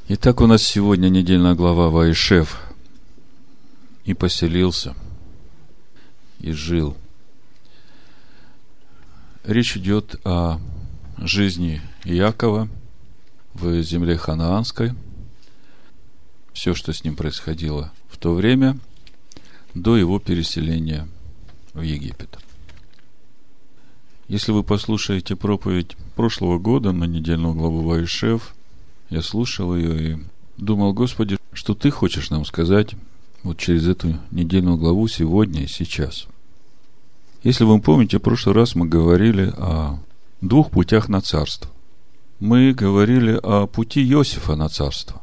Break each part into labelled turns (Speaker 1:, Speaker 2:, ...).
Speaker 1: Итак, у нас сегодня недельная глава Ваишев. И поселился, и жил. Речь идет о жизни Иакова в земле ханаанской. Все, что с ним происходило в то время, до его переселения в Египет. Если вы послушаете проповедь прошлого года на недельную главу Ваишев, я слушал ее и думал: Господи, что Ты хочешь нам сказать вот через эту недельную главу сегодня и сейчас. Если вы помните, в прошлый раз мы говорили о двух путях на царство. Мы говорили о пути Иосифа на царство.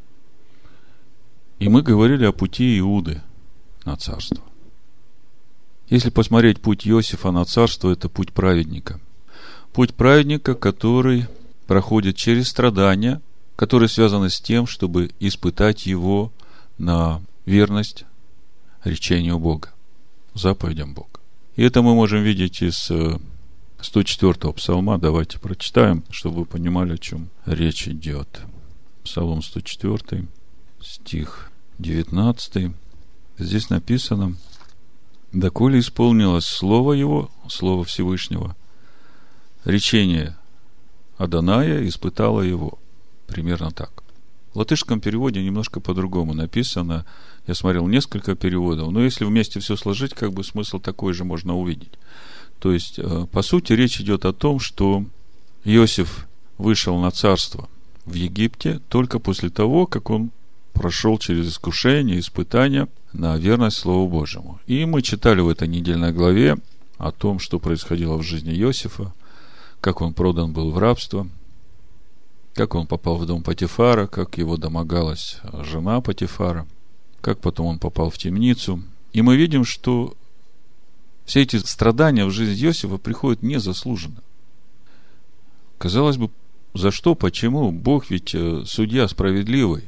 Speaker 1: И мы говорили о пути Иуды на царство. Если посмотреть путь Иосифа на царство, это путь праведника. Путь праведника, который проходит через страдания, которые связаны с тем, чтобы испытать его на верность речению Бога, заповедям Бога. И это мы можем видеть из 104-го псалма. Давайте прочитаем, чтобы вы понимали, о чем речь идет. Псалом 104, стих 19. Здесь написано: «Доколе исполнилось слово его, слово Всевышнего, речение Адоная испытало его». Примерно так. В латышском переводе немножко по-другому написано. Я смотрел несколько переводов, но если вместе все сложить, как бы смысл такой же можно увидеть. То есть, по сути, речь идет о том, что Иосиф вышел на царство в Египте только после того, как он прошел через искушение, испытания на верность Слову Божьему. И мы читали в этой недельной главе о том, что происходило в жизни Иосифа, как он продан был в рабство, как он попал в дом Потифара, как его домогалась жена Потифара, как потом он попал в темницу. И мы видим, что все эти страдания в жизни Иосифа приходят незаслуженно. Казалось бы, за что, почему? Бог ведь судья справедливый.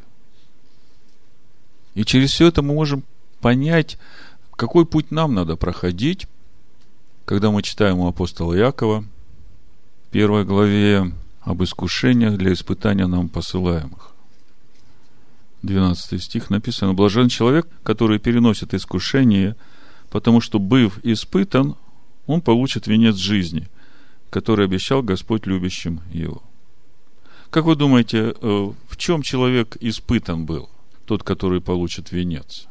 Speaker 1: И через все это мы можем понять, какой путь нам надо проходить, когда мы читаем у апостола Иакова в 1 главе об искушениях для испытания нам посылаемых. 12 стих написано: «Блажен человек, который переносит искушение, потому что, быв испытан, он получит венец жизни, который обещал Господь любящим его». Как вы думаете, в чем человек испытан был, тот, который получит венец?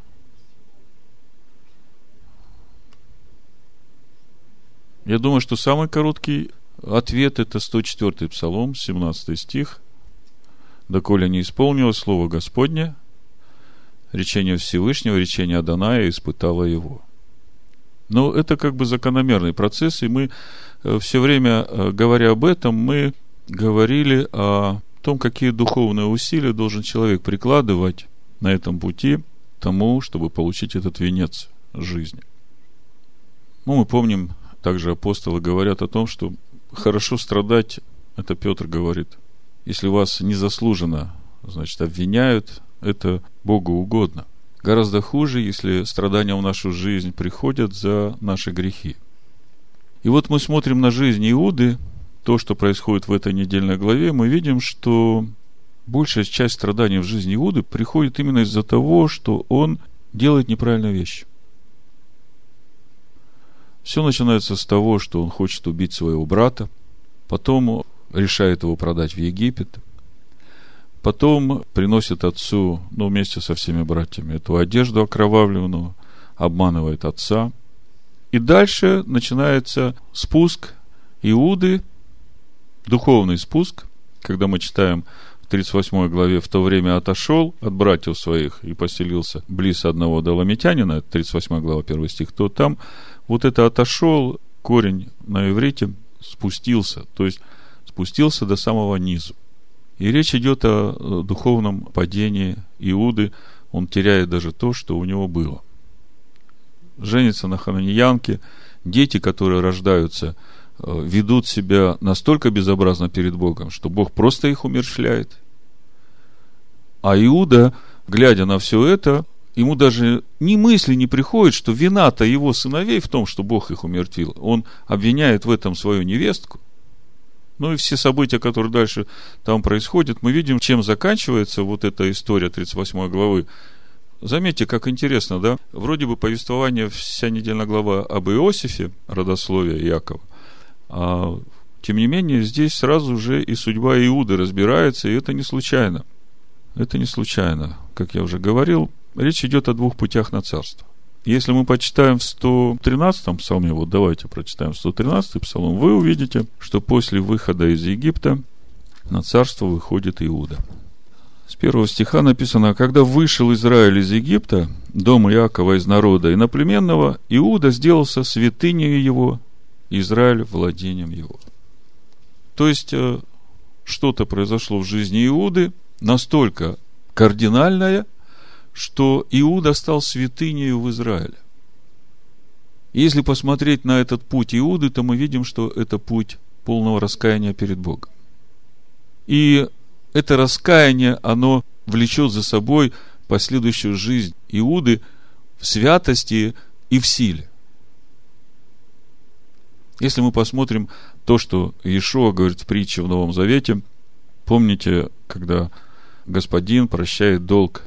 Speaker 1: Я думаю, что самый короткий ответ — это 104-й псалом, 17 стих. «Доколе не исполнилось слово Господне, речение Всевышнего, речение Адоная испытало его». Но это как бы закономерный процесс, и мы все время, говоря об этом, мы говорили о том, какие духовные усилия должен человек прикладывать на этом пути к тому, чтобы получить этот венец жизни. Мы помним, также апостолы говорят о том, что хорошо страдать, это Петр говорит. Если вас незаслуженно, значит, обвиняют, это Богу угодно. Гораздо хуже, если страдания в нашу жизнь приходят за наши грехи. И вот мы смотрим на жизнь Иуды, то, что происходит в этой недельной главе, мы видим, что большая часть страданий в жизни Иуды приходит именно из-за того, что он делает неправильную вещь. Все начинается с того, что он хочет убить своего брата, потом решает его продать в Египет, потом приносит отцу, вместе со всеми братьями, эту одежду окровавленную, обманывает отца. И дальше начинается спуск Иуды, духовный спуск, когда мы читаем в 38 главе: «В то время отошел от братьев своих и поселился близ одного доломитянина», это 38 глава, 1 стих, то там вот это «отошел», корень на иврите, спустился, то есть спустился до самого низу. И речь идет о духовном падении Иуды. Он теряет даже то, что у него было. Женится на хананеянке, дети, которые рождаются, ведут себя настолько безобразно перед Богом, что Бог просто их умерщвляет. А Иуда, глядя на все это, ему даже ни мысли не приходит, что вина-то его сыновей в том, что Бог их умертвил. Он обвиняет в этом свою невестку. Ну и все события, которые дальше там происходят, мы видим, чем заканчивается вот эта история 38 главы. Заметьте, как интересно, да? Вроде бы повествование, вся недельная глава об Иосифе, родословие Иакова, а тем не менее, здесь сразу же и судьба Иуды разбирается, и это не случайно. Это не случайно. Как я уже говорил, речь идет о двух путях на царство. Если мы почитаем в 113-м псалме, вот давайте прочитаем 113-й псалом, вы увидите, что после выхода из Египта на царство выходит Иуда. С 1 стиха написано: «Когда вышел Израиль из Египта, дом Иакова из народа иноплеменного, Иуда сделался святынею его, Израиль владением его». То есть, что-то произошло в жизни Иуды настолько кардинальное, что Иуда стал святынею в Израиле. И если посмотреть на этот путь Иуды, то мы видим, что это путь полного раскаяния перед Богом. И это раскаяние, оно влечет за собой последующую жизнь Иуды в святости и в силе. Если мы посмотрим то, что Иешуа говорит в притче в Новом Завете, помните, когда господин прощает долг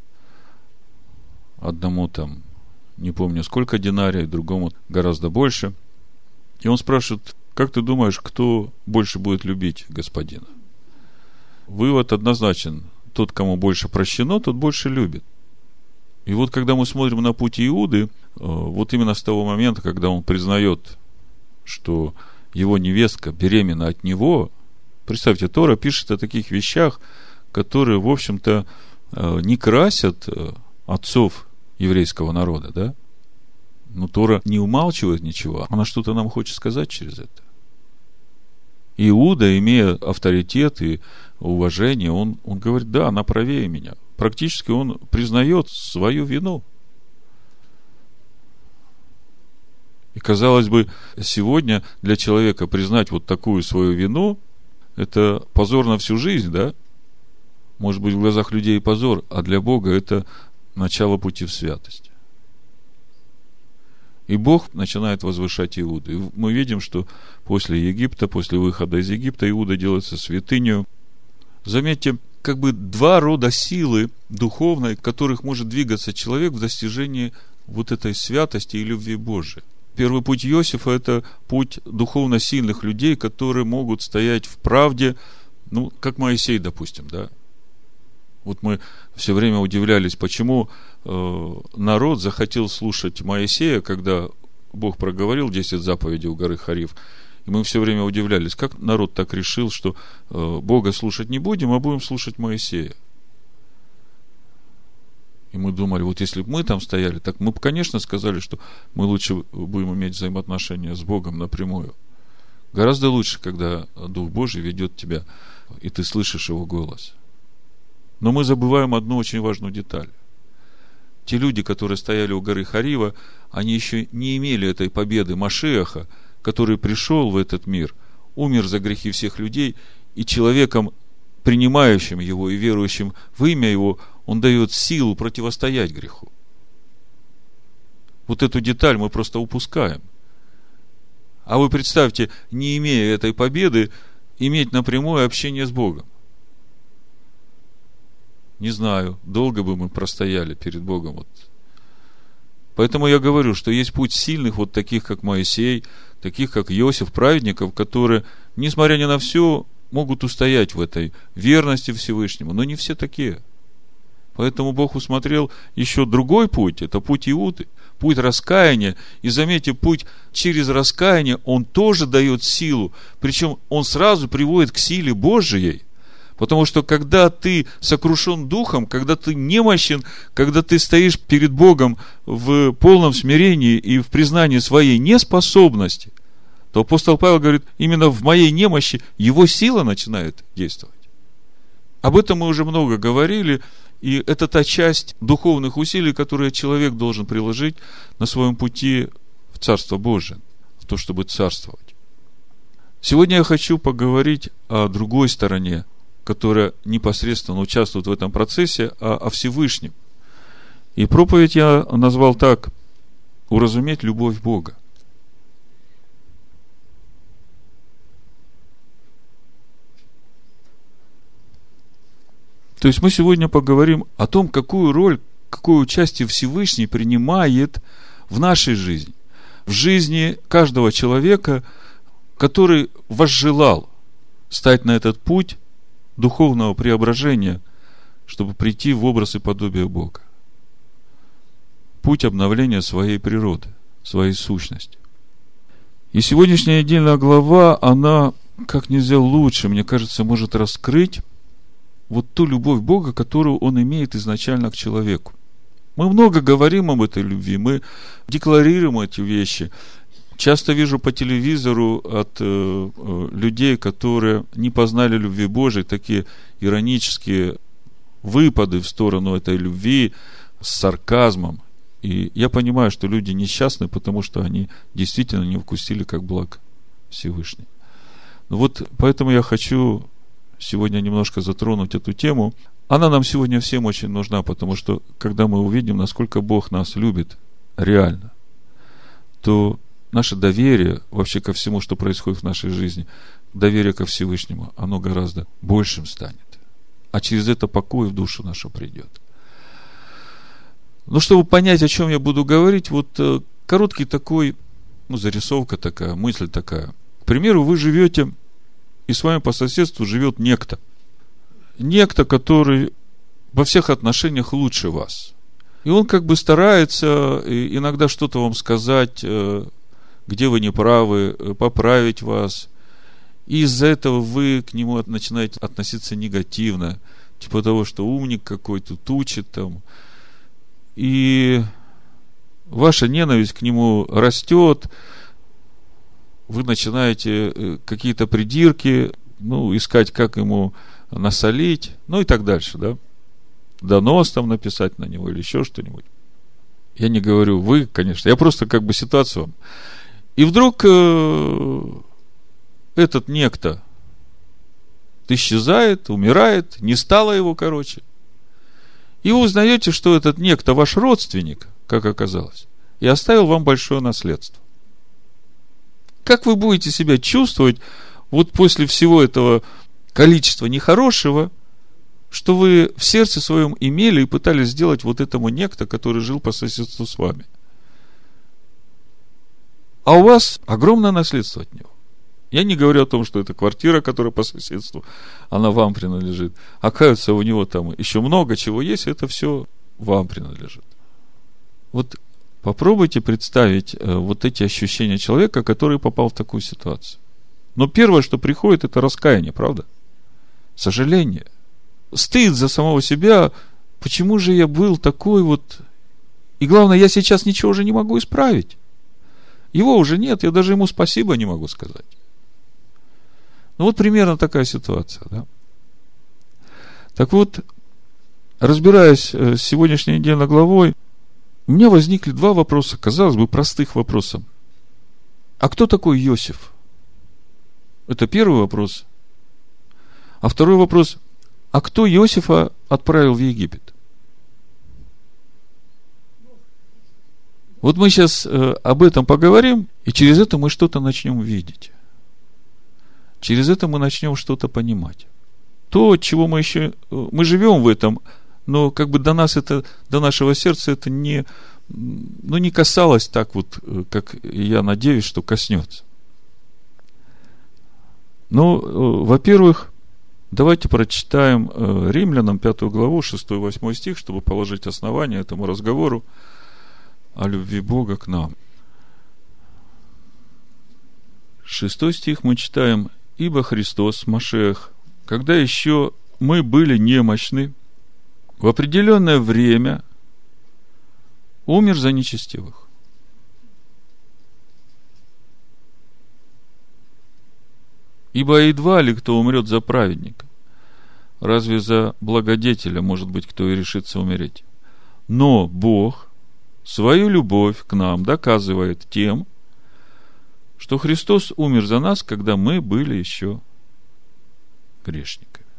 Speaker 1: одному там, не помню сколько динарий, другому гораздо больше. И он спрашивает: как ты думаешь, кто больше будет любить господина? Вывод однозначен: тот, кому больше прощено, тот больше любит. И вот когда мы смотрим на путь Иуды, вот именно с того момента, когда он признает, что его невестка беременна от него, представьте, Тора пишет о таких вещах, которые, в общем-то, не красят отцов еврейского народа, да? Но Тора не умалчивает ничего, она что-то нам хочет сказать через это. Иуда, имея авторитет и уважение, он говорит: да, она правее меня. Практически он признает свою вину. И, казалось бы, сегодня для человека признать вот такую свою вину – это позор на всю жизнь, да? Может быть, в глазах людей позор, а для Бога это начало пути в святость. И Бог начинает возвышать Иуду. И мы видим, что после Египта, после выхода из Египта, Иуда делается святынею. Заметьте, как бы два рода силы духовной, которых может двигаться человек в достижении вот этой святости и любви Божией. Первый путь Иосифа – это путь духовно сильных людей, которые могут стоять в правде, ну, как Моисей, допустим, да. Вот мы все время удивлялись, почему народ захотел слушать Моисея, когда Бог проговорил 10 заповедей у горы Хорив. И мы все время удивлялись, как народ так решил, что Бога слушать не будем, а будем слушать Моисея. И мы думали, вот если бы мы там стояли, так мы бы, конечно, сказали, что мы лучше будем иметь взаимоотношения с Богом напрямую. Гораздо лучше, когда Дух Божий ведет тебя, и ты слышишь Его голос. Но мы забываем одну очень важную деталь. Те люди, которые стояли у горы Хорива, они еще не имели этой победы Машиаха, который пришел в этот мир, умер за грехи всех людей, и человеком, принимающим Его и верующим в имя Его, Он дает силу противостоять греху. Вот эту деталь мы просто упускаем. А вы представьте, не имея этой победы, иметь напрямую общение с Богом. Не знаю, долго бы мы простояли перед Богом. Вот. Поэтому я говорю, что есть путь сильных, вот таких, как Моисей, таких, как Иосиф, праведников, которые, несмотря ни на все, могут устоять в этой верности Всевышнему. Но не все такие. Поэтому Бог усмотрел еще другой путь, это путь Иуды, путь раскаяния. И заметьте, путь через раскаяние, он тоже дает силу. Причем он сразу приводит к силе Божией. Потому что когда ты сокрушен духом, когда ты немощен, когда ты стоишь перед Богом в полном смирении и в признании своей неспособности, то апостол Павел говорит, именно в моей немощи его сила начинает действовать. Об этом мы уже много говорили, и это та часть духовных усилий, которые человек должен приложить на своем пути в Царство Божие, в то, чтобы царствовать. Сегодня я хочу поговорить о другой стороне, которая непосредственно участвует в этом процессе, о Всевышнем. И проповедь я назвал так: «Уразуметь любовь Бога». То есть мы сегодня поговорим о том, какую роль, какое участие Всевышний принимает в нашей жизни, в жизни каждого человека, который возжелал стать на этот путь духовного преображения, чтобы прийти в образ и подобие Бога. Путь обновления своей природы, своей сущности. И сегодняшняя недельная глава, она как нельзя лучше, мне кажется, может раскрыть вот ту любовь Бога, которую Он имеет изначально к человеку. Мы много говорим об этой любви, мы декларируем эти вещи. Часто вижу по телевизору от людей, которые не познали любви Божией, такие иронические выпады в сторону этой любви с сарказмом. И я понимаю, что люди несчастны, потому что они действительно не вкусили как благ Всевышний. Ну вот поэтому я хочу сегодня немножко затронуть эту тему. Она нам сегодня всем очень нужна, потому что когда мы увидим, насколько Бог нас любит реально, то наше доверие вообще ко всему, что происходит в нашей жизни, доверие ко Всевышнему, оно гораздо большим станет. А через это покой в душу нашу придет. Ну, чтобы понять, о чем я буду говорить, вот короткий такой, зарисовка такая, мысль такая. К примеру, вы живете, и с вами по соседству живет некто. Некто, который во всех отношениях лучше вас. И он как бы старается иногда что-то вам сказать, где вы не правы, поправить вас. И из-за этого вы к нему начинаете относиться негативно. Типа того, что умник какой-то, учит там. И ваша ненависть к нему растет. Вы начинаете какие-то придирки, искать, как ему насолить, и так дальше, да? Донос там написать на него или еще что-нибудь. Я не говорю вы, конечно, я просто как бы ситуацию вам. И вдруг этот некто исчезает, умирает, не стало его, короче. И вы узнаете, что этот некто ваш родственник, как оказалось, и оставил вам большое наследство. Как вы будете себя чувствовать вот после всего этого количества нехорошего, что вы в сердце своем имели и пытались сделать вот этому некто, который жил по соседству с вами? А у вас огромное наследство от него. Я не говорю о том, что это квартира, которая по соседству, она вам принадлежит. Оказывается, у него там еще много чего есть, это все вам принадлежит. Вот попробуйте представить вот эти ощущения человека, который попал в такую ситуацию. Но первое, что приходит, это раскаяние, правда? Сожаление. Стыд за самого себя. Почему же я был такой вот... И главное, я сейчас ничего уже не могу исправить. Его уже нет, я даже ему спасибо не могу сказать. Вот примерно такая ситуация, да? Так вот, разбираясь с сегодняшней недельной главой, у меня возникли два вопроса, казалось бы, простых вопроса. А кто такой Иосиф? Это первый вопрос. А второй вопрос, а кто Иосифа отправил в Египет? Вот мы сейчас об этом поговорим, и через это мы что-то начнем видеть. Через это мы начнем что-то понимать. То, чего мы еще... Мы живем в этом, но как бы до нас это, до нашего сердца это не касалось так вот, как я надеюсь, что коснется. Во-первых, давайте прочитаем Римлянам 5 главу, 6-8 стих, чтобы положить основание этому разговору о любви Бога к нам. 6 стих мы читаем: «Ибо Христос, Машиах, когда еще мы были немощны, в определенное время умер за нечестивых». Ибо едва ли кто умрет за праведника, разве за благодетеля, может быть, кто и решится умереть. Но Бог свою любовь к нам доказывает тем, что Христос умер за нас, когда мы были еще грешниками.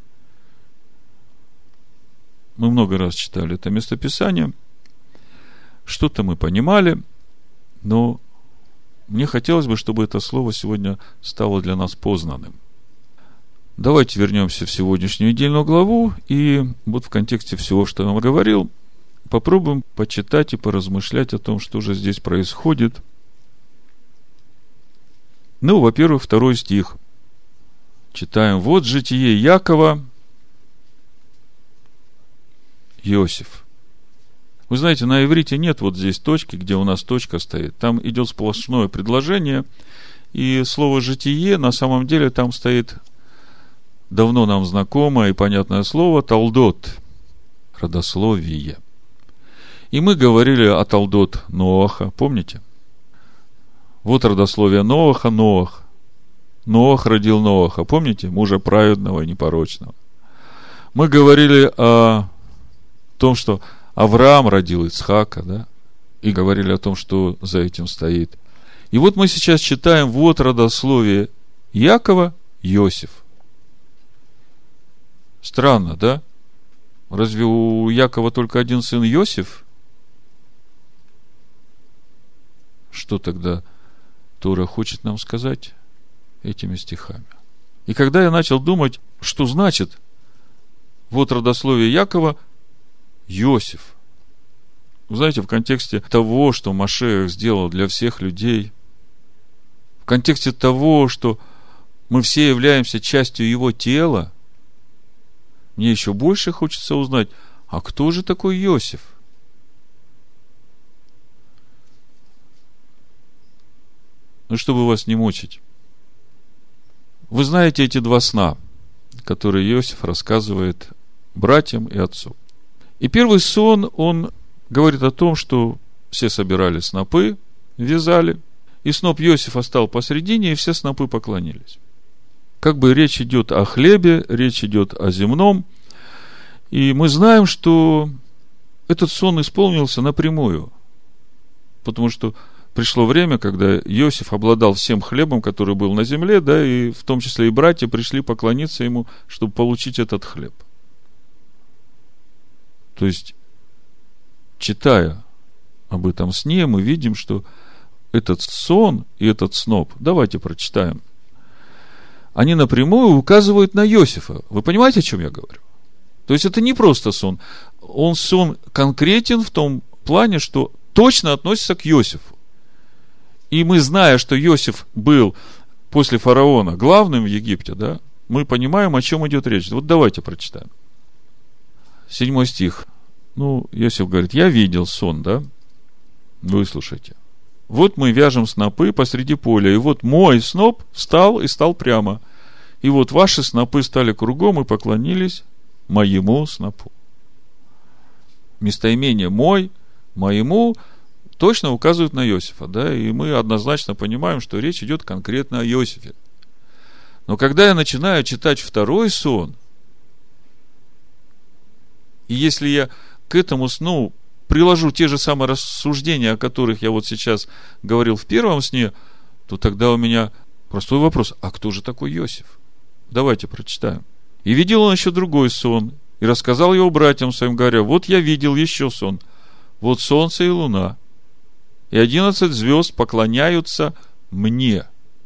Speaker 1: Мы много раз читали это местописание, что-то мы понимали, но мне хотелось бы, чтобы это слово сегодня стало для нас познанным. Давайте вернемся в сегодняшнюю недельную главу, и вот в контексте всего, что я вам говорил, попробуем почитать и поразмышлять о том, что же здесь происходит. Ну, во-первых, 2 стих. Читаем. Вот житие Якова, Иосиф. Вы знаете, на иврите нет вот здесь точки, где у нас точка стоит. Там идет сплошное предложение, и слово «житие» на самом деле там стоит давно нам знакомое и понятное слово «талдот», родословие. И мы говорили о талдот Ноаха, помните? Вот родословие Ноаха, Ноах. Ноах родил Ноаха, помните? Мужа праведного и непорочного. Мы говорили о том, что Авраам родил Ицхака, да? И говорили о том, что за этим стоит. И вот мы сейчас читаем вот родословие Якова, Иосиф. Странно, да? Разве у Якова только один сын Иосиф? Что тогда Тора хочет нам сказать этими стихами? И когда я начал думать, что значит вот родословие Якова, Иосиф. Вы знаете, в контексте того, что Машиах сделал для всех людей, в контексте того, что мы все являемся частью его тела, мне еще больше хочется узнать, а кто же такой Иосиф? Ну, чтобы вас не мучить. Вы знаете эти 2 сна, которые Иосиф рассказывает братьям и отцу. И первый сон, он говорит о том, что все собирали снопы, вязали, и сноп Иосифа стал посредине, и все снопы поклонились. Как бы речь идет о хлебе, речь идет о земном, и мы знаем, что этот сон исполнился напрямую, потому что пришло время, когда Иосиф обладал всем хлебом, который был на земле, да, и в том числе и братья пришли поклониться ему, чтобы получить этот хлеб. То есть, читая об этом сне, мы видим, что этот сон и этот сноп, давайте прочитаем, они напрямую указывают на Иосифа. Вы понимаете, о чем я говорю? То есть, это не просто сон. Сон конкретен в том плане, что точно относится к Иосифу. И мы, зная, что Иосиф был после фараона главным в Египте, да, мы понимаем, о чем идет речь. Вот давайте прочитаем. 7 стих. Иосиф говорит, я видел сон, да? Выслушайте. Вот мы вяжем снопы посреди поля, и вот мой сноп встал и стал прямо. И вот ваши снопы стали кругом и поклонились моему снопу. Местоимение «мой», «моему» точно указывает на Иосифа, да? И мы однозначно понимаем, что речь идет конкретно о Иосифе. Но когда я начинаю читать 2 сон, и если я к этому сну приложу те же самые рассуждения, о которых я вот сейчас говорил в 1 сне, то тогда у меня простой вопрос, а кто же такой Иосиф? Давайте прочитаем. И видел он еще другой сон, и рассказал его братьям своим, говоря, вот я видел еще сон, вот солнце и луна, и 11 звезд поклоняются мне.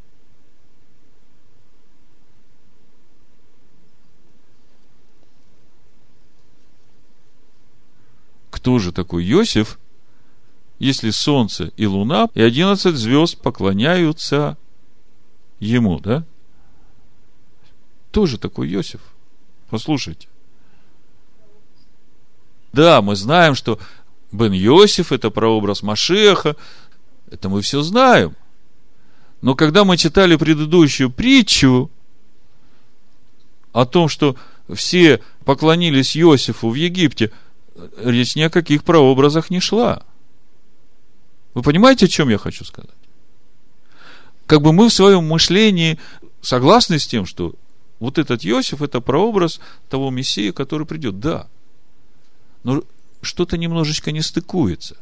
Speaker 1: Кто же такой Иосиф, если солнце и луна и 11 звезд поклоняются ему, да? Кто же такой Иосиф? Послушайте. Да, мы знаем, что Бен Иосиф – это прообраз Машиаха, это мы все знаем. Но когда мы читали предыдущую притчу о том, что все поклонились Иосифу в Египте, речь ни о каких прообразах не шла. Вы понимаете, о чем я хочу сказать? Как бы мы в своем мышлении согласны с тем, что вот этот Иосиф – это прообраз того Мессии, который придет. Да. Но что-то немножечко не стыкуется.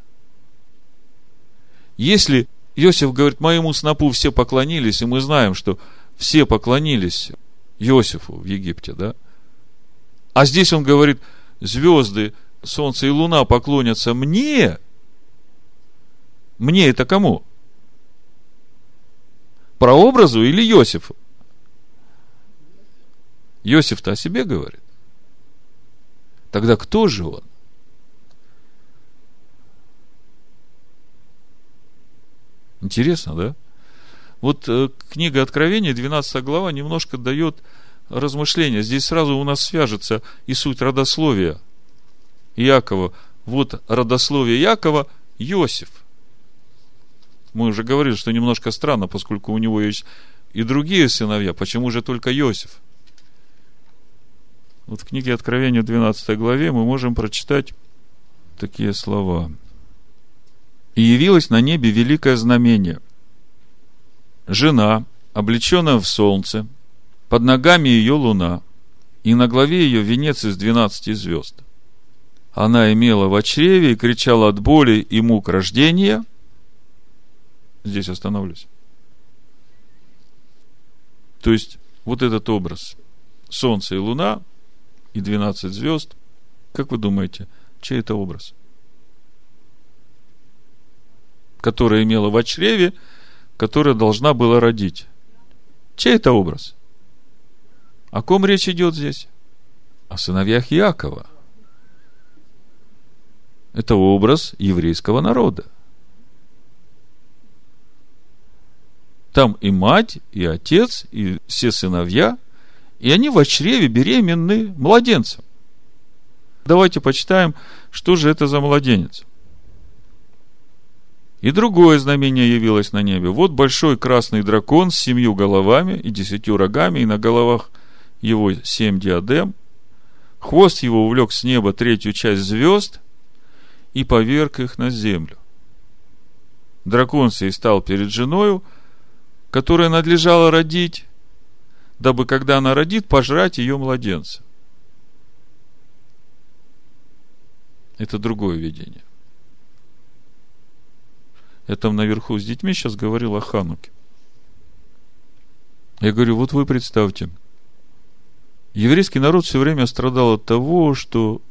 Speaker 1: Если Иосиф говорит, моему снопу все поклонились, и мы знаем, что все поклонились Иосифу в Египте, да? А здесь он говорит, звезды, солнце и луна поклонятся мне. Мне это кому? Прообразу или Иосифу? Иосиф-то о себе говорит. Тогда кто же он? Интересно, да? Вот книга Откровения, 12 глава, немножко дает размышления. Здесь сразу у нас свяжется и суть родословия Иакова. Вот родословие Иакова – Иосиф. Мы уже говорили, что немножко странно, поскольку у него есть и другие сыновья. Почему же только Иосиф? Вот в книге Откровения, 12 главе, мы можем прочитать такие слова. «И явилось на небе великое знамение. Жена, облеченная в солнце, под ногами ее луна, и на главе ее венец из 12 звезд. Она имела в чреве и кричала от боли и мук рождения». Здесь остановлюсь. То есть, вот этот образ. Солнце и луна, и 12 звезд. Как вы думаете, чей это образ? Которая имела в чреве, которая должна была родить. Чей это образ? О ком речь идет здесь? О сыновьях Иакова. Это образ еврейского народа. Там и мать, и отец, и все сыновья, и они в чреве беременны младенцем. Давайте почитаем, что же это за младенец. И другое знамение явилось на небе. Вот большой красный дракон с 7 головами и 10 рогами, и на головах его 7 диадем. Хвост его увлек с неба 3 часть звезд и поверг их на землю. Дракон сей стал перед женою, которая надлежало родить, дабы, когда она родит, пожрать ее младенца. Это другое видение. Я там наверху с детьми сейчас говорил о Хануке. Я говорю, вот вы представьте, еврейский народ все время страдал от того, что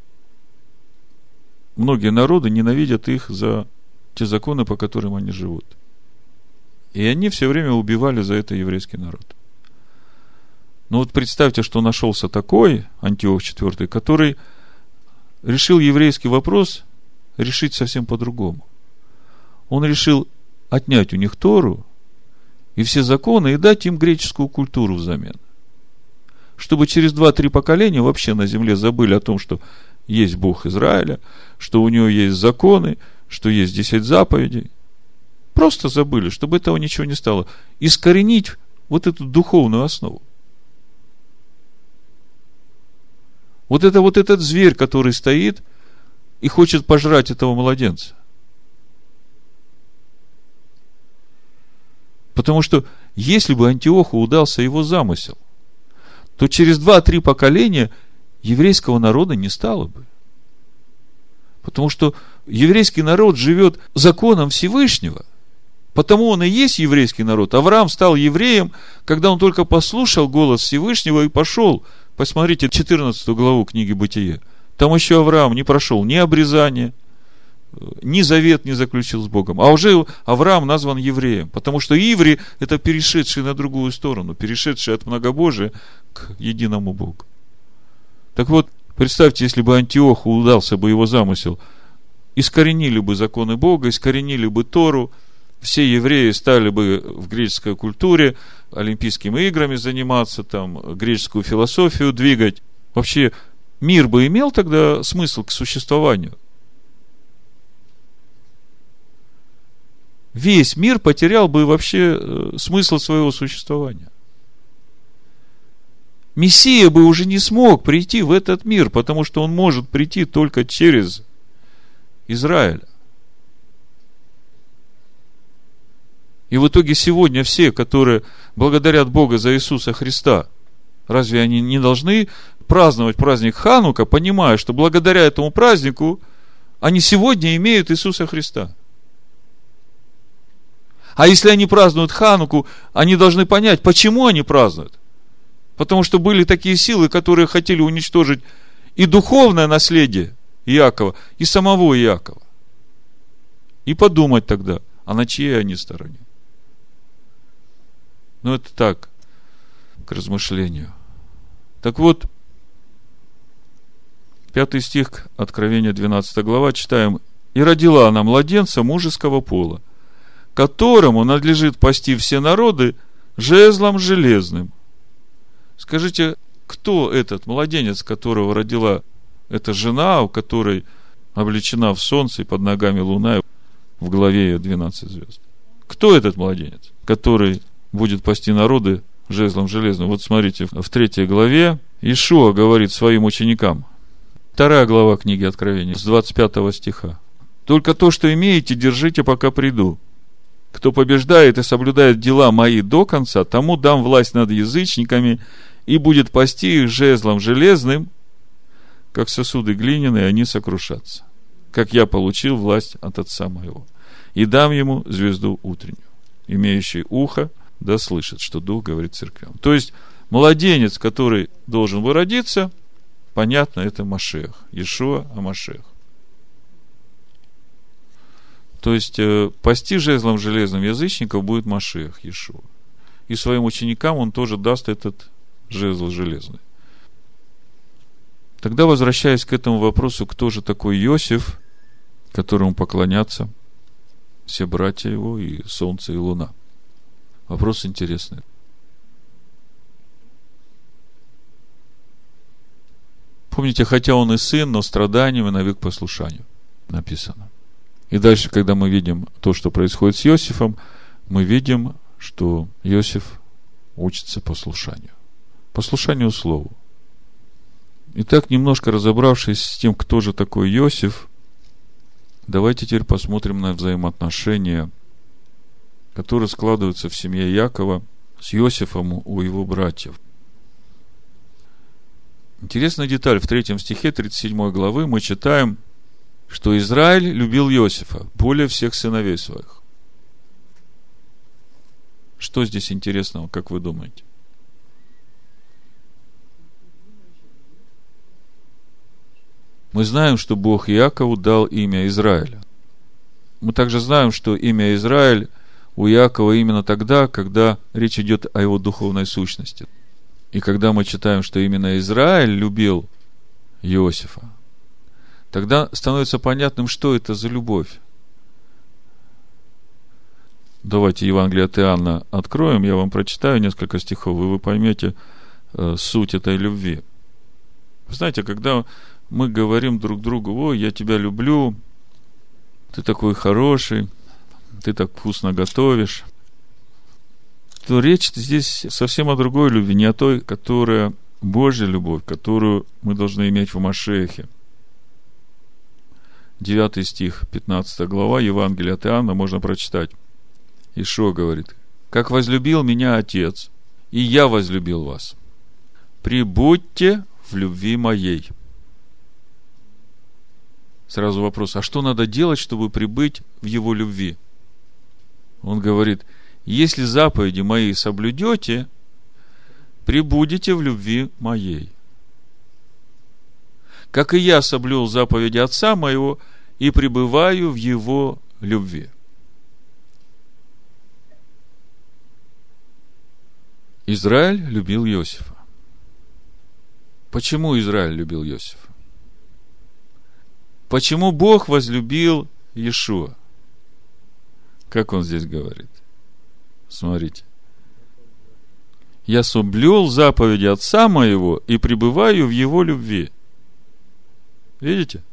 Speaker 1: многие народы ненавидят их за те законы, по которым они живут. И они все время убивали за это еврейский народ. Но вот представьте, что нашелся такой Антиох IV, который решил еврейский вопрос решить совсем по-другому. Он решил отнять у них Тору и все законы и дать им греческую культуру взамен. Чтобы через 2-3 поколения вообще на земле забыли о том, что есть Бог Израиля, что у него есть законы, что есть 10 заповедей. Просто забыли, чтобы этого ничего не стало. Искоренить вот эту духовную основу. Вот этот зверь, который стоит и хочет пожрать этого младенца. Потому что, если бы Антиоху удался его замысел, то через 2-3 поколения еврейского народа не стало бы. Потому что еврейский народ живет законом Всевышнего. Потому он и есть еврейский народ. Авраам стал евреем, когда он только послушал голос Всевышнего и пошел. Посмотрите 14 главу книги Бытие. Там еще Авраам не прошел ни обрезание, ни завет не заключил с Богом. А уже Авраам назван евреем. Потому что иври – это перешедший на другую сторону, перешедший от многобожия к единому Богу. Так вот, представьте, если бы Антиоху удался бы его замысел, искоренили бы законы Бога, искоренили бы Тору, все евреи стали бы в греческой культуре олимпийскими играми заниматься, там, греческую философию двигать. Вообще, мир бы имел тогда смысл к существованию. Весь мир потерял бы вообще смысл своего существования. Мессия бы уже не смог прийти в этот мир, потому что он может прийти только через Израиля. И в итоге сегодня все, которые благодарят Бога за Иисуса Христа, разве они не должны праздновать праздник Ханука, понимая, что благодаря этому празднику они сегодня имеют Иисуса Христа? А если они празднуют Хануку, они должны понять, почему они празднуют. Потому что были такие силы, которые хотели уничтожить и духовное наследие Иакова, и самого Иакова. И подумать тогда, а на чьей они стороне? Ну, это так, к размышлению. Так вот, 5 стих, Откровения 12 глава, читаем: «И родила она младенца мужеского пола, которому надлежит пасти все народы жезлом железным». Скажите, кто этот младенец, которого родила эта жена, у которой облечена в солнце и под ногами луна, и в голове ее 12 звезд? Кто этот младенец, который будет пасти народы жезлом железным? Вот смотрите, в 3 главе Иешуа говорит своим ученикам, 2 глава книги Откровения, с 25 стиха: «Только то, что имеете, держите, пока приду. Кто побеждает и соблюдает дела мои до конца, тому дам власть над язычниками, и будет пасти их жезлом железным, как сосуды глиняные, они сокрушатся, как я получил власть от Отца моего. И дам ему звезду утреннюю. Имеющий ухо, да слышит, что Дух говорит церквям». То есть, младенец, который должен был родиться, понятно, это Машиах, Иешуа ха-Машиах. То есть, пасти жезлом железным язычников будет Машиах, Иешуа. И своим ученикам он тоже даст этот жезл железный. Тогда, возвращаясь к этому вопросу, кто же такой Иосиф, которому поклонятся все братья его, и солнце, и луна? Вопрос интересный. Помните, хотя он и сын, но страданием и навек послушанию написано. И дальше, когда мы видим то, что происходит с Иосифом, мы видим, что Иосиф учится послушанию. Послушанию слову. Итак, немножко разобравшись с тем, кто же такой Иосиф, давайте теперь посмотрим на взаимоотношения, которые складываются в семье Якова с Иосифом у его братьев. Интересная деталь. В 3 стихе 37 главы мы читаем, что Израиль любил Иосифа более всех сыновей своих. Что здесь интересного, как вы думаете? Мы знаем, что Бог Иакову дал имя Израиля. Мы также знаем, что имя Израиль у Иакова именно тогда, когда речь идет о его духовной сущности. И когда мы читаем, что именно Израиль любил Иосифа, тогда становится понятным, что это за любовь. Давайте Евангелие от Иоанна откроем, я вам прочитаю несколько стихов, и вы поймете суть этой любви. Вы знаете, когда мы говорим друг другу: «Ой, я тебя люблю, ты такой хороший, ты так вкусно готовишь», то речь здесь совсем о другой любви, не о той, которая Божья любовь, которую мы должны иметь в Машиахе. 9 стих, 15 глава, Евангелия от Иоанна, можно прочитать. Иешуа говорит: «Как возлюбил меня Отец, и я возлюбил вас. Прибудьте в любви моей». Сразу вопрос: а что надо делать, чтобы прибыть в его любви? Он говорит: если заповеди мои соблюдете, прибудете в любви моей. Как и я соблюл заповеди Отца моего и пребываю в его любви. Израиль любил Иосифа. Почему Израиль любил Иосифа? Почему Бог возлюбил Иешуа? Как он здесь говорит? Смотрите. «Я соблюл заповеди Отца моего и пребываю в его любви». Видите?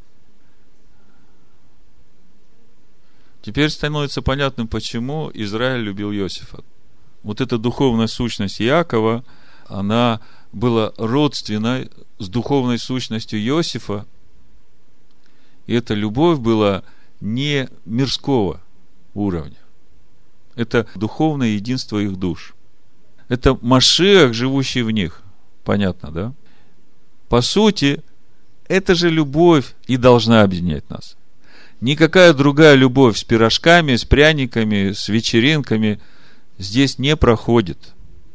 Speaker 1: Теперь становится понятным, почему Израиль любил Иосифа. Вот эта духовная сущность Иакова, она была родственной с духовной сущностью Иосифа. И эта любовь была не мирского уровня. Это духовное единство их душ. Это Машиах, живущий в них. Понятно, да? По сути, эта же любовь и должна объединять нас. Никакая другая любовь с пирожками, с пряниками, с вечеринками здесь не проходит.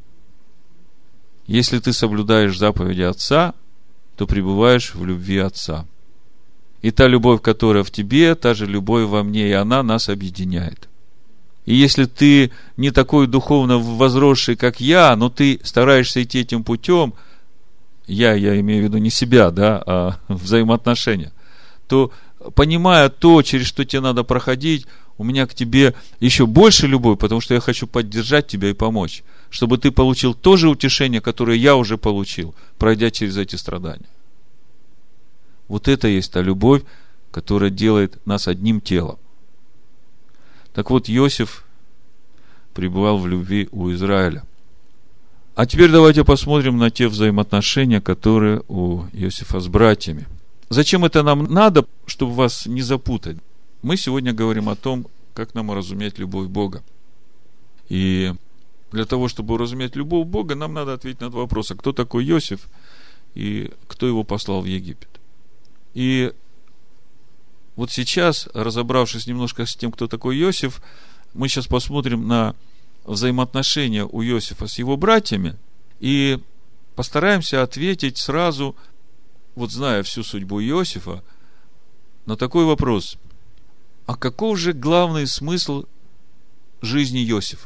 Speaker 1: Если ты соблюдаешь заповеди Отца, то пребываешь в любви Отца. И та любовь, которая в тебе, та же любовь во мне, и она нас объединяет. И если ты не такой духовно возросший, как я, но ты стараешься идти этим путем, я имею в виду не себя, да, а взаимоотношения, то, понимая то, через что тебе надо проходить, у меня к тебе еще больше любовь, потому что я хочу поддержать тебя и помочь, чтобы ты получил то же утешение, которое я уже получил, пройдя через эти страдания. Вот это есть та любовь, которая делает нас одним телом. Так вот, Иосиф пребывал в любви у Израиля. А теперь давайте посмотрим на те взаимоотношения, которые у Иосифа с братьями. Зачем это нам надо, чтобы вас не запутать? Мы сегодня говорим о том, как нам уразуметь любовь Бога. И для того, чтобы уразуметь любовь Бога, нам надо ответить на два вопроса. Кто такой Иосиф и кто его послал в Египет? И вот сейчас, разобравшись немножко с тем, кто такой Иосиф, мы сейчас посмотрим на взаимоотношения у Иосифа с его братьями и постараемся ответить сразу, вот зная всю судьбу Иосифа, на такой вопрос: а каков же главный смысл жизни Иосифа?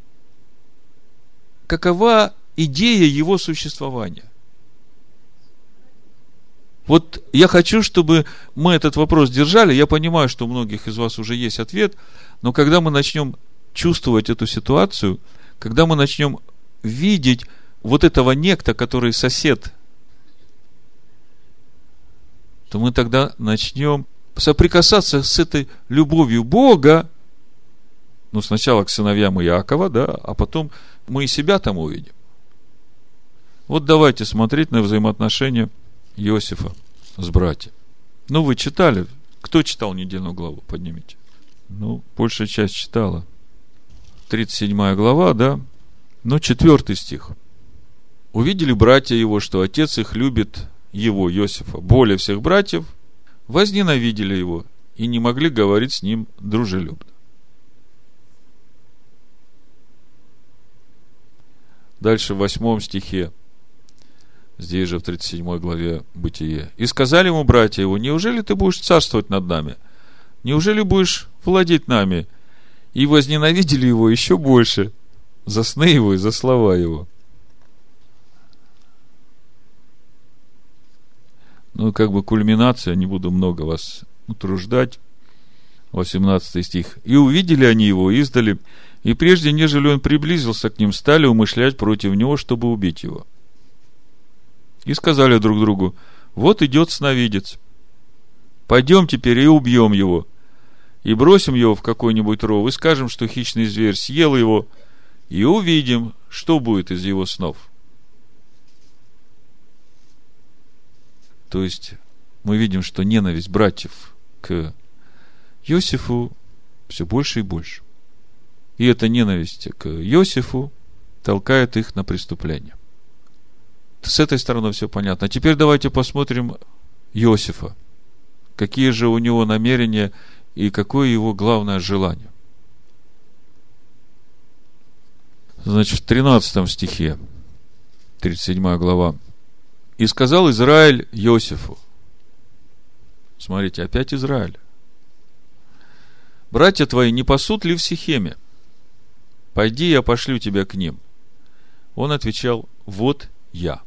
Speaker 1: Какова идея его существования? Вот я хочу, чтобы мы этот вопрос держали. Я понимаю, что у многих из вас уже есть ответ, но когда мы начнем чувствовать эту ситуацию, когда мы начнем видеть вот этого некто, который сосед, то мы тогда начнем соприкасаться с этой любовью Бога, ну, сначала к сыновьям Иакова, да, а потом мы и себя там увидим. Вот давайте смотреть на взаимоотношения Иосифа с братьями. Ну, вы читали. Кто читал недельную главу? Поднимите. Ну, большая часть читала. 37 глава, да? Ну, 4 стих. Увидели братья его, что отец их любит его, Иосифа, более всех братьев, возненавидели его и не могли говорить с ним дружелюбно. Дальше в 8 стихе, здесь же в 37 главе Бытие. И сказали ему братья его: неужели ты будешь царствовать над нами? Неужели будешь владеть нами? И возненавидели его еще больше за сны его и за слова его. Ну, как бы кульминация, не буду много вас утруждать. 18 стих. И увидели они его издали, и прежде, нежели он приблизился к ним, стали умышлять против него, чтобы убить его. И сказали друг другу: вот идет сновидец. Пойдем теперь и убьем его, и бросим его в какой-нибудь ров, и скажем, что хищный зверь съел его, и увидим, что будет из его снов. То есть, мы видим, что ненависть братьев к Иосифу все больше и больше. И эта ненависть к Иосифу толкает их на преступление. С этой стороны все понятно. А теперь давайте посмотрим Иосифа. Какие же у него намерения и какое его главное желание. Значит, в 13 стихе, 37 глава. И сказал Израиль Иосифу. Смотрите, опять Израиль. Братья твои не пасут ли в Сихеме? Пойди, я пошлю тебя к ним. Он отвечал: вот я.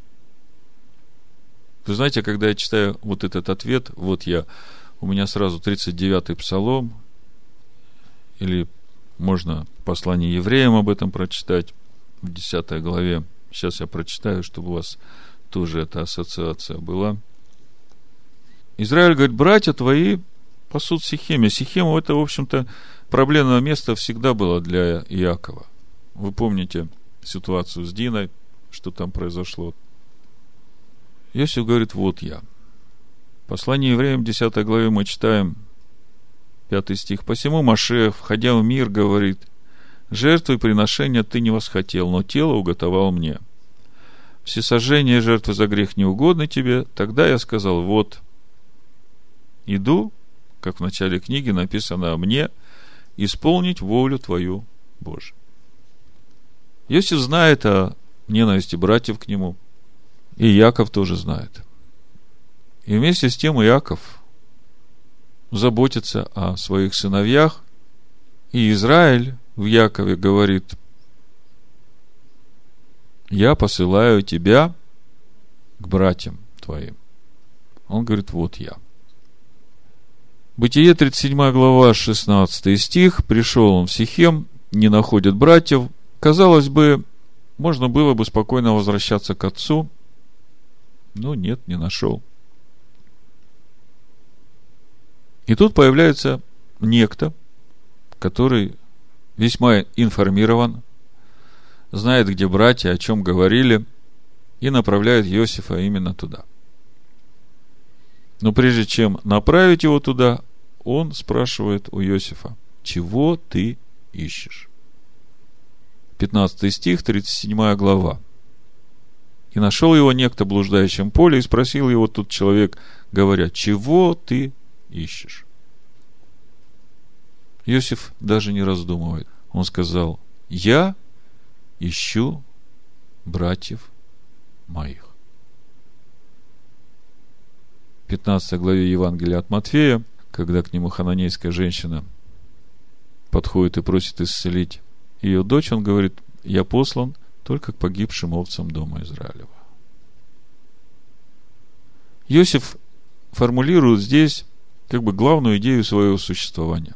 Speaker 1: Вы знаете, когда я читаю вот этот ответ, вот я, у меня сразу 39-й псалом, или можно послание евреям об этом прочитать в 10 главе. Сейчас я прочитаю, чтобы у вас тоже эта ассоциация была. Израиль говорит: братья твои пасут в Сихеме. Сихем — это, в общем-то, проблемное место всегда было для Иакова. Вы помните ситуацию с Диной, что там произошло. Иосиф говорит: вот я. Послание евреям, 10 главе мы читаем 5 стих. Посему Машиах, входя в мир, говорит: жертвы и приношения ты не восхотел, но тело уготовал мне. Всесожжение жертвы за грех не угодны тебе. Тогда я сказал: вот, иду, как в начале книги написано о мне, исполнить волю твою, Боже. Иосиф знает о ненависти братьев к нему, и Иаков тоже знает. И вместе с тем Иаков заботится о своих сыновьях, и Израиль в Якове говорит: я посылаю тебя к братьям твоим? Он говорит, вот я. Бытие 37 глава, 16 стих. Пришел он в Сихем, не находит братьев. Казалось бы, можно было бы спокойно возвращаться к отцу, но нет, не нашел. И тут появляется некто, который весьма информирован, знает, где братья, о чем говорили, и направляет Иосифа именно туда. Но прежде чем направить его туда, он спрашивает у Иосифа, чего ты ищешь? 15 стих, 37 глава. И нашел его некто в блуждающем поле, и спросил его тут человек, говоря, чего ты ищешь? Иосиф даже не раздумывает. Он сказал, я ищу братьев моих. В 15 главе Евангелия от Матфея, когда к нему хананейская женщина подходит и просит исцелить ее дочь, он говорит, я послан только к погибшим овцам дома Израилева. Иосиф формулирует здесь как бы главную идею своего существования.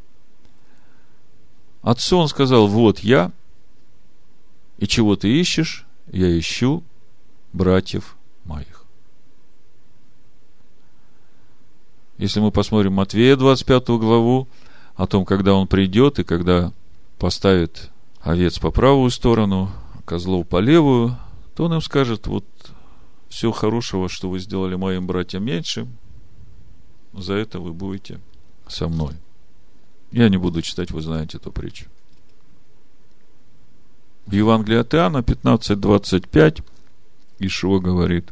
Speaker 1: Отцу он сказал, вот я, и чего ты ищешь? Я ищу братьев моих. Если мы посмотрим Матфея 25 главу, о том, когда он придет и когда поставит овец по правую сторону, козлов по левую, то он им скажет, вот все хорошего, что вы сделали моим братьям меньше, за это вы будете со мной. Я не буду читать, вы знаете эту притчу. В Евангелии от Иоанна 15:25 Иешуа говорит,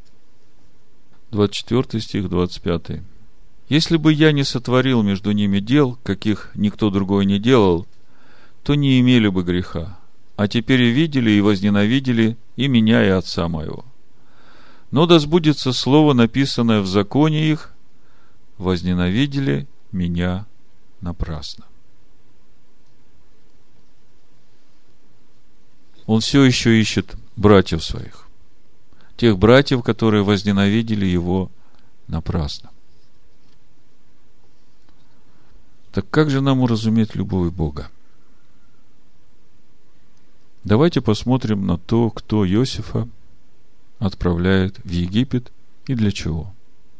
Speaker 1: 24 стих, 25. Если бы я не сотворил между ними дел, каких никто другой не делал, то не имели бы греха. А теперь и видели, и возненавидели и меня, и отца моего. Но да сбудется слово, написанное в законе их, возненавидели меня напрасно. Он все еще ищет братьев своих, тех братьев, которые возненавидели его напрасно. Так как же нам уразуметь любовь Бога? Давайте посмотрим на то, кто Иосифа отправляет в Египет и для чего.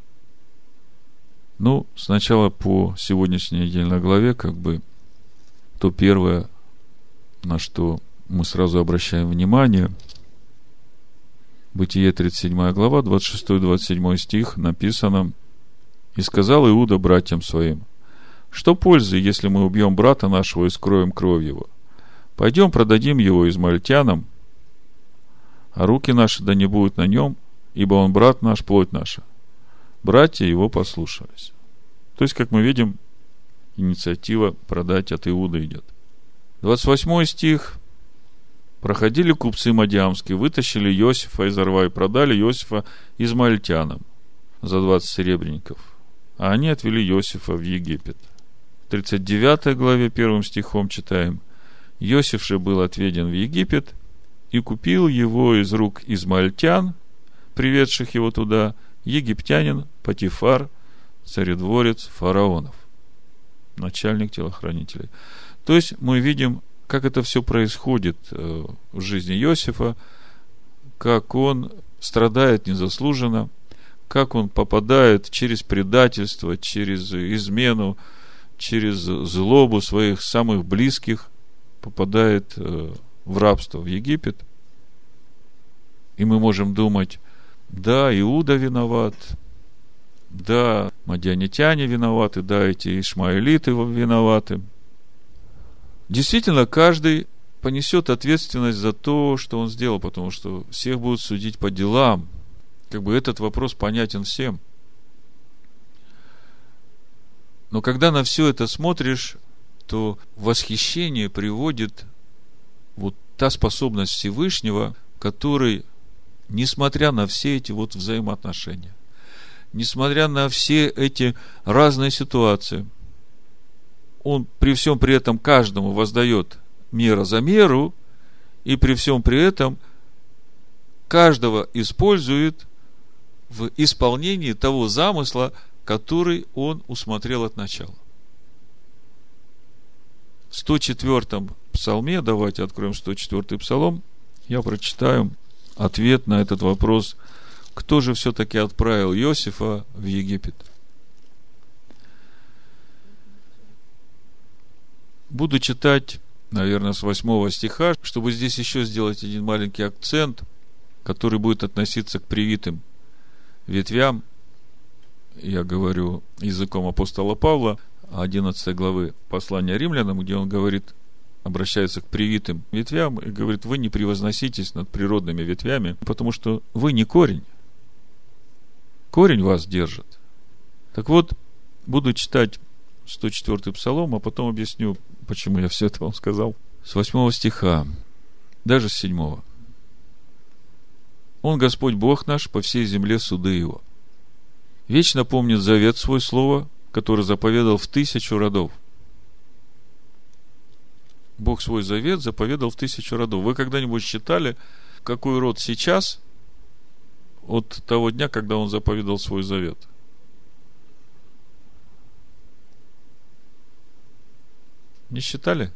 Speaker 1: Ну, сначала по сегодняшней недельной главе, как бы, то первое, на что мы сразу обращаем внимание, Бытие 37 глава, 26-27 стих написано: «И сказал Иуда братьям своим: что пользы, если мы убьем брата нашего и скроем кровь его? Пойдем продадим его измаильтянам, а руки наши да не будут на нем, ибо он брат наш, плоть наша». Братья его послушались. То есть, как мы видим, инициатива продать от Иуда идет. 28 стих. Проходили купцы мадиамские, вытащили Иосифа из рва и продали Иосифа измаильтянам за 20 серебряников. А они отвели Иосифа в Египет. В 39 главе 1 стихом читаем: Иосиф же был отведен в Египет, и купил его из рук измаильтян, приведших его туда, египтянин Потифар, царедворец фараонов, начальник телохранителей. То есть мы видим, как это все происходит в жизни Иосифа, как он страдает незаслуженно, как он попадает через предательство, через измену, через злобу своих самых близких, попадает в рабство в Египет. И мы можем думать: да, Иуда виноват, да, мадианитяне виноваты, да, эти ишмаэлиты виноваты. Действительно, каждый понесет ответственность за то, что он сделал, потому что всех будут судить по делам. Как бы этот вопрос понятен всем. Но когда на все это смотришь, то восхищение приводит вот та способность Всевышнего, который, несмотря на все эти вот взаимоотношения, несмотря на все эти разные ситуации, он при всем при этом каждому воздает мера за меру, и при всем при этом каждого использует в исполнении того замысла, который он усмотрел от начала. В 104-м псалме, давайте откроем 104-й псалом, я прочитаю ответ на этот вопрос, кто же все-таки отправил Иосифа в Египет. Буду читать, наверное, с 8 стиха, чтобы здесь еще сделать один маленький акцент, который будет относиться к привитым ветвям. Я говорю языком апостола Павла, 11 главы послания Римлянам, где он говорит, обращается к привитым ветвям и говорит: вы не превозноситесь над природными ветвями, потому что вы не корень. Корень вас держит. Так вот, буду читать 104-й псалом, а потом объясню, почему я все это вам сказал. С 8 стиха, даже с 7. Он, Господь Бог наш, по всей земле суды Его. Вечно помнит завет свой, слово, который заповедал в 1000 родов. Бог свой завет заповедал в 1000 родов. Вы когда-нибудь считали, какой род сейчас от того дня, когда он заповедал свой завет? Не считали?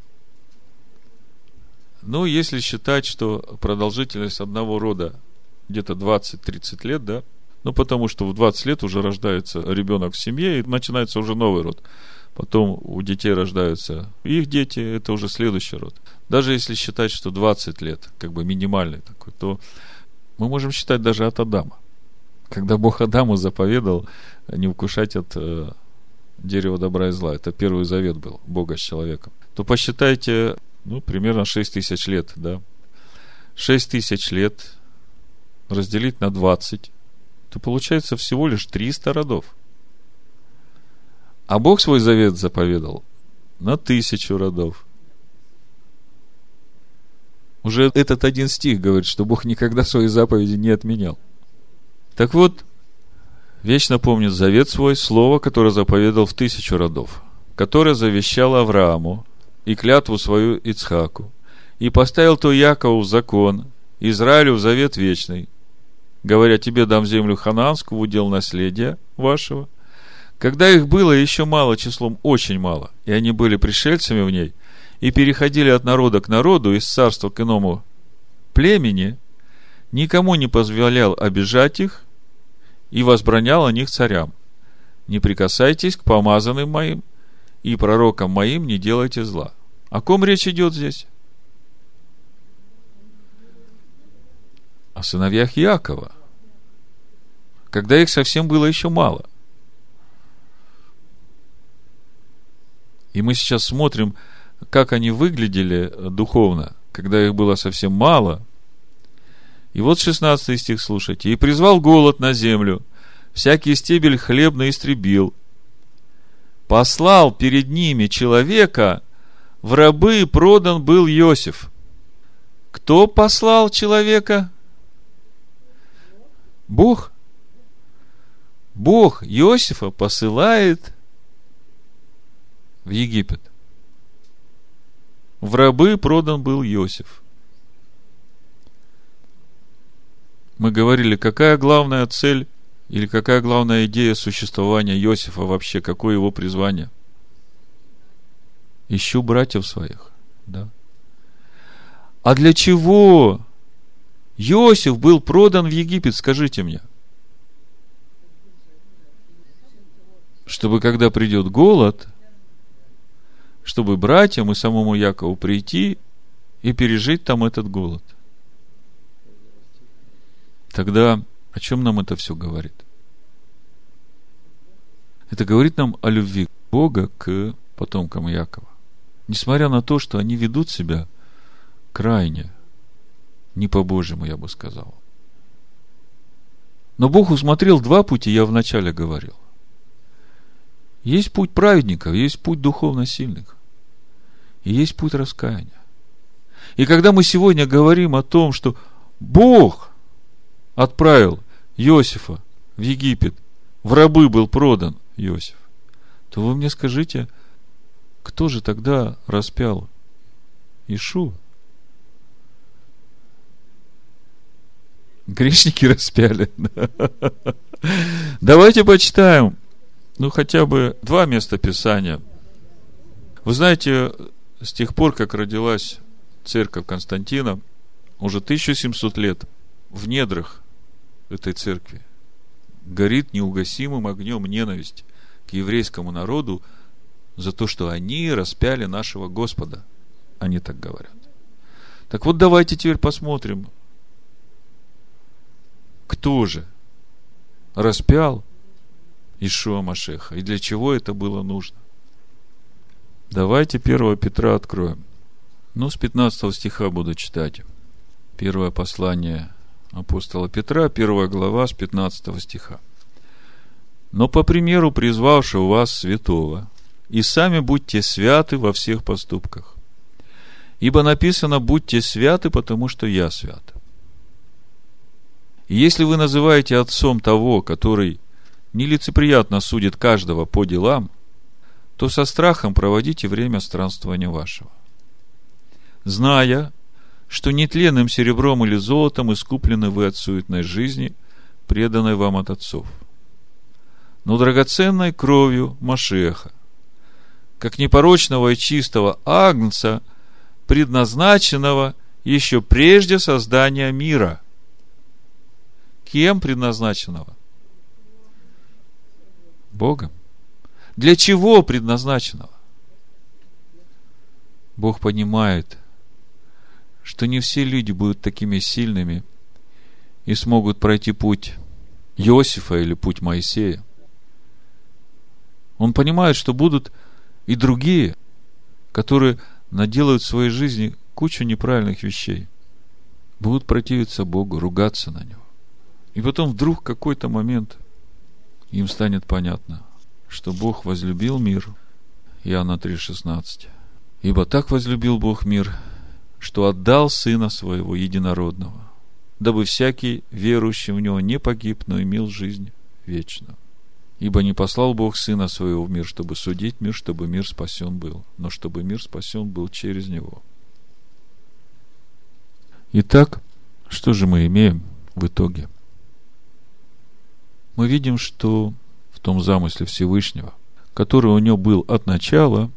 Speaker 1: Ну, если считать, что продолжительность одного рода где-то 20-30 лет, да, ну, потому что в 20 лет уже рождается ребенок в семье, и начинается уже новый род. Потом у детей рождаются их дети, это уже следующий род. Даже если считать, что 20 лет, как бы минимальный такой, то мы можем считать даже от Адама. Когда Бог Адаму заповедал не вкушать от дерева добра и зла, это первый завет был Бога с человеком, то посчитайте, ну, примерно 6000 лет, да. 6000 лет разделить на 20, то получается всего лишь 300 родов. А Бог свой завет заповедал на 1000 родов. Уже этот один стих говорит, что Бог никогда свои заповеди не отменял. Так вот, вечно помнит завет свой, слово, которое заповедал в 1000 родов, которое завещал Аврааму и клятву свою Ицхаку, и поставил то Якову в закон, Израилю в завет вечный, говоря: тебе дам землю ханаанскую в удел наследия вашего. Когда их было еще мало числом, очень мало, и они были пришельцами в ней, и переходили от народа к народу, из царства к иному племени, никому не позволял обижать их и возбранял о них царям: не прикасайтесь к помазанным моим и пророкам моим не делайте зла. О ком речь идет здесь? О сыновьях Иакова, когда их совсем было еще мало. И мы сейчас смотрим, как они выглядели духовно, когда их было совсем мало. И вот 16 стих, слушайте. «И призвал голод на землю, всякий стебель хлебный истребил, послал перед ними человека, в рабы продан был Иосиф». Кто послал человека? Бог. Бог Иосифа посылает в Египет. В рабы продан был Иосиф. Мы говорили, какая главная цель или какая главная идея существования Иосифа вообще, какое его призвание? Ищу братьев своих, да? А для чего Иосиф был продан в Египет, скажите мне? Чтобы когда придет голод, чтобы братьям и самому Якову прийти и пережить там этот голод. Тогда о чем нам это все говорит? Это говорит нам о любви Бога к потомкам Якова. Несмотря на то, что они ведут себя крайне не по-божьему, я бы сказал. Но Бог усмотрел два пути, я вначале говорил. Есть путь праведников, есть путь духовно сильных. И есть путь раскаяния. И когда мы сегодня говорим о том, что Бог отправил Иосифа в Египет, в рабы был продан Иосиф, то вы мне скажите, кто же тогда распял Иешуа? Грешники распяли. Давайте почитаем, хотя бы 2 места Писания. Вы знаете, с тех пор, как родилась церковь Константина, уже 1700 лет в недрах этой церкви горит неугасимым огнем ненависть к еврейскому народу за то, что они распяли нашего Господа. Они так говорят. Так вот, давайте теперь посмотрим, кто же распял Иешуа Машеха и для чего это было нужно. Давайте 1 Петра откроем. С 15 стиха буду читать. Первое послание апостола Петра, 1 глава, с 15 стиха. «Но по примеру призвавшего вас святого, и сами будьте святы во всех поступках. Ибо написано: будьте святы, потому что я свят. И если вы называете отцом того, который нелицеприятно судит каждого по делам, то со страхом проводите время странствования вашего, зная, что нетленным серебром или золотом искуплены вы от суетной жизни, преданной вам от отцов, но драгоценной кровью Машеха, как непорочного и чистого агнца, предназначенного еще прежде создания мира». Кем предназначенного? Богом. Для чего предназначенного? Бог понимает, что не все люди будут такими сильными и смогут пройти путь Иосифа или путь Моисея. Он понимает, что будут и другие, которые наделают в своей жизни кучу неправильных вещей, будут противиться Богу, ругаться на Него. И потом вдруг в какой-то момент им станет понятно, что Бог возлюбил мир. Иоанна 3,16. «Ибо так возлюбил Бог мир, что отдал Сына Своего Единородного, дабы всякий, верующий в Него, не погиб, но имел жизнь вечную. Ибо не послал Бог Сына Своего в мир, чтобы судить мир, чтобы мир спасен был, но чтобы мир спасен был через Него». Итак, что же мы имеем в итоге? Мы видим, что в том замысле Всевышнего, который у него был от начала,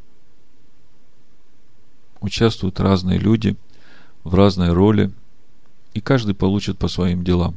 Speaker 1: участвуют разные люди в разной роли, и каждый получит по своим делам.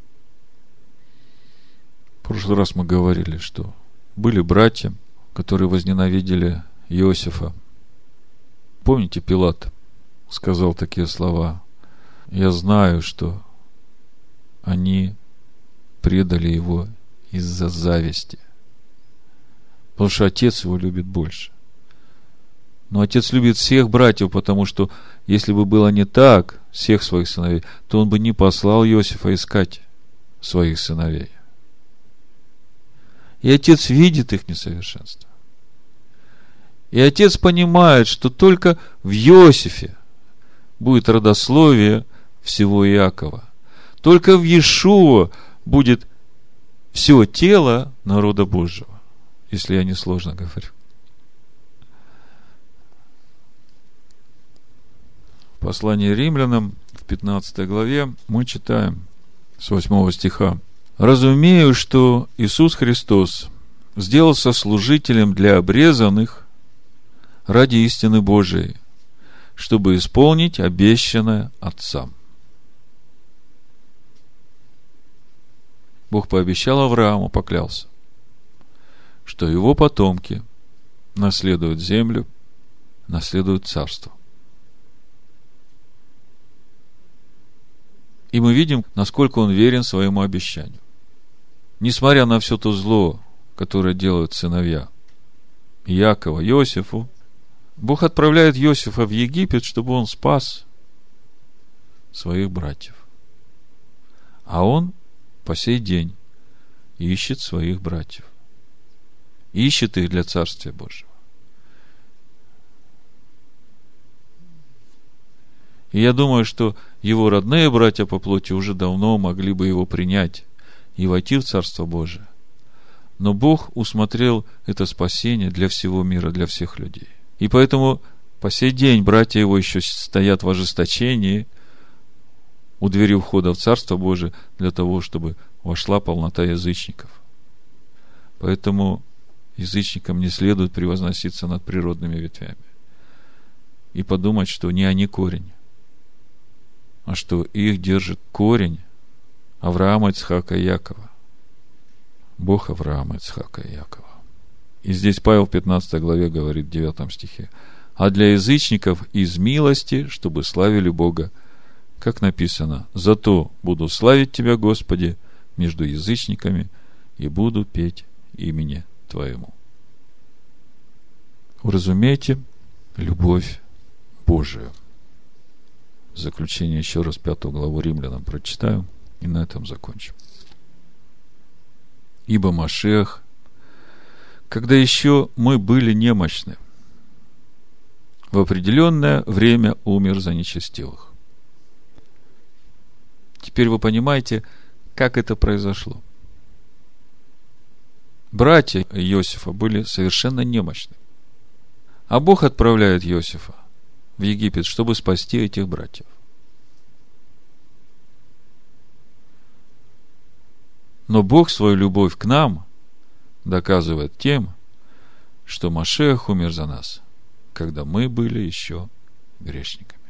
Speaker 1: В прошлый раз мы говорили, что были братья, которые возненавидели Иосифа. Помните, Пилат сказал такие слова: «Я знаю, что они предали его из-за зависти, потому что отец его любит больше. Но отец любит всех братьев, потому что если бы было не так, всех своих сыновей, то он бы не послал Иосифа искать своих сыновей. И отец видит их несовершенство. И отец понимает, что только в Иосифе будет родословие всего Иакова. Только в Иешуа будет все тело народа Божьего, если я не сложно говорю. В послании Римлянам в 15 главе мы читаем с 8 стиха: «Разумею, что Иисус Христос сделался служителем для обрезанных ради истины Божией, чтобы исполнить обещанное Отцам». Бог пообещал Аврааму, поклялся, что его потомки наследуют землю, наследуют царство. И мы видим, насколько он верен своему обещанию. Несмотря на все то зло, которое делают сыновья Иакова Иосифу, Бог отправляет Иосифа в Египет, чтобы он спас своих братьев. А он по сей день ищет своих братьев. Ищет их для Царствия Божьего. И я думаю, что его родные братья по плоти уже давно могли бы его принять и войти в Царство Божие. Но Бог усмотрел это спасение для всего мира, для всех людей. И поэтому по сей день братья его еще стоят в ожесточении, у двери входа в Царство Божие для того, чтобы вошла полнота язычников. Поэтому язычникам не следует превозноситься над природными ветвями и подумать, что не они корень, а что их держит корень Авраама, Ицхака и Якова. Бог Авраама, Ицхака и Якова. И здесь Павел в 15 главе говорит в 9 стихе: а для язычников из милости, чтобы славили Бога, как написано: зато буду славить Тебя, Господи, между язычниками, и буду петь имени Твоему. Уразумейте любовь Божию. В заключение еще раз 5 главу Римлянам прочитаю, и на этом закончим. Ибо Машиах, когда еще мы были немощны, в определенное время умер за нечестивых. Теперь вы понимаете, как это произошло. Братья Иосифа были совершенно немощны. А Бог отправляет Иосифа в Египет, чтобы спасти этих братьев. Но Бог свою любовь к нам доказывает тем, что Машиах умер за нас, когда мы были еще грешниками.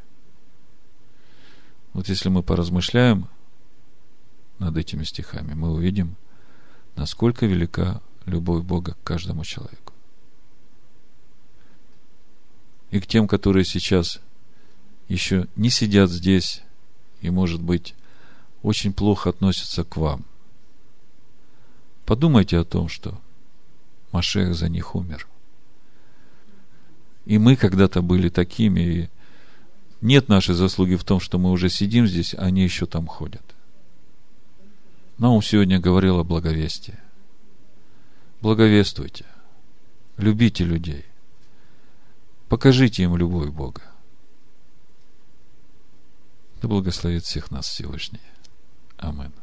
Speaker 1: Вот если мы поразмышляем над этими стихами, мы увидим, насколько велика любовь Бога к каждому человеку. И к тем, которые сейчас еще не сидят здесь и, может быть, очень плохо относятся к вам. Подумайте о том, что Машиах за них умер. И мы когда-то были такими, и нет нашей заслуги в том, что мы уже сидим здесь, а они еще там ходят. Наум сегодня говорил о благовестии. Благовествуйте, любите людей, покажите им любовь Бога. Да благословит всех нас Всевышний. Аминь.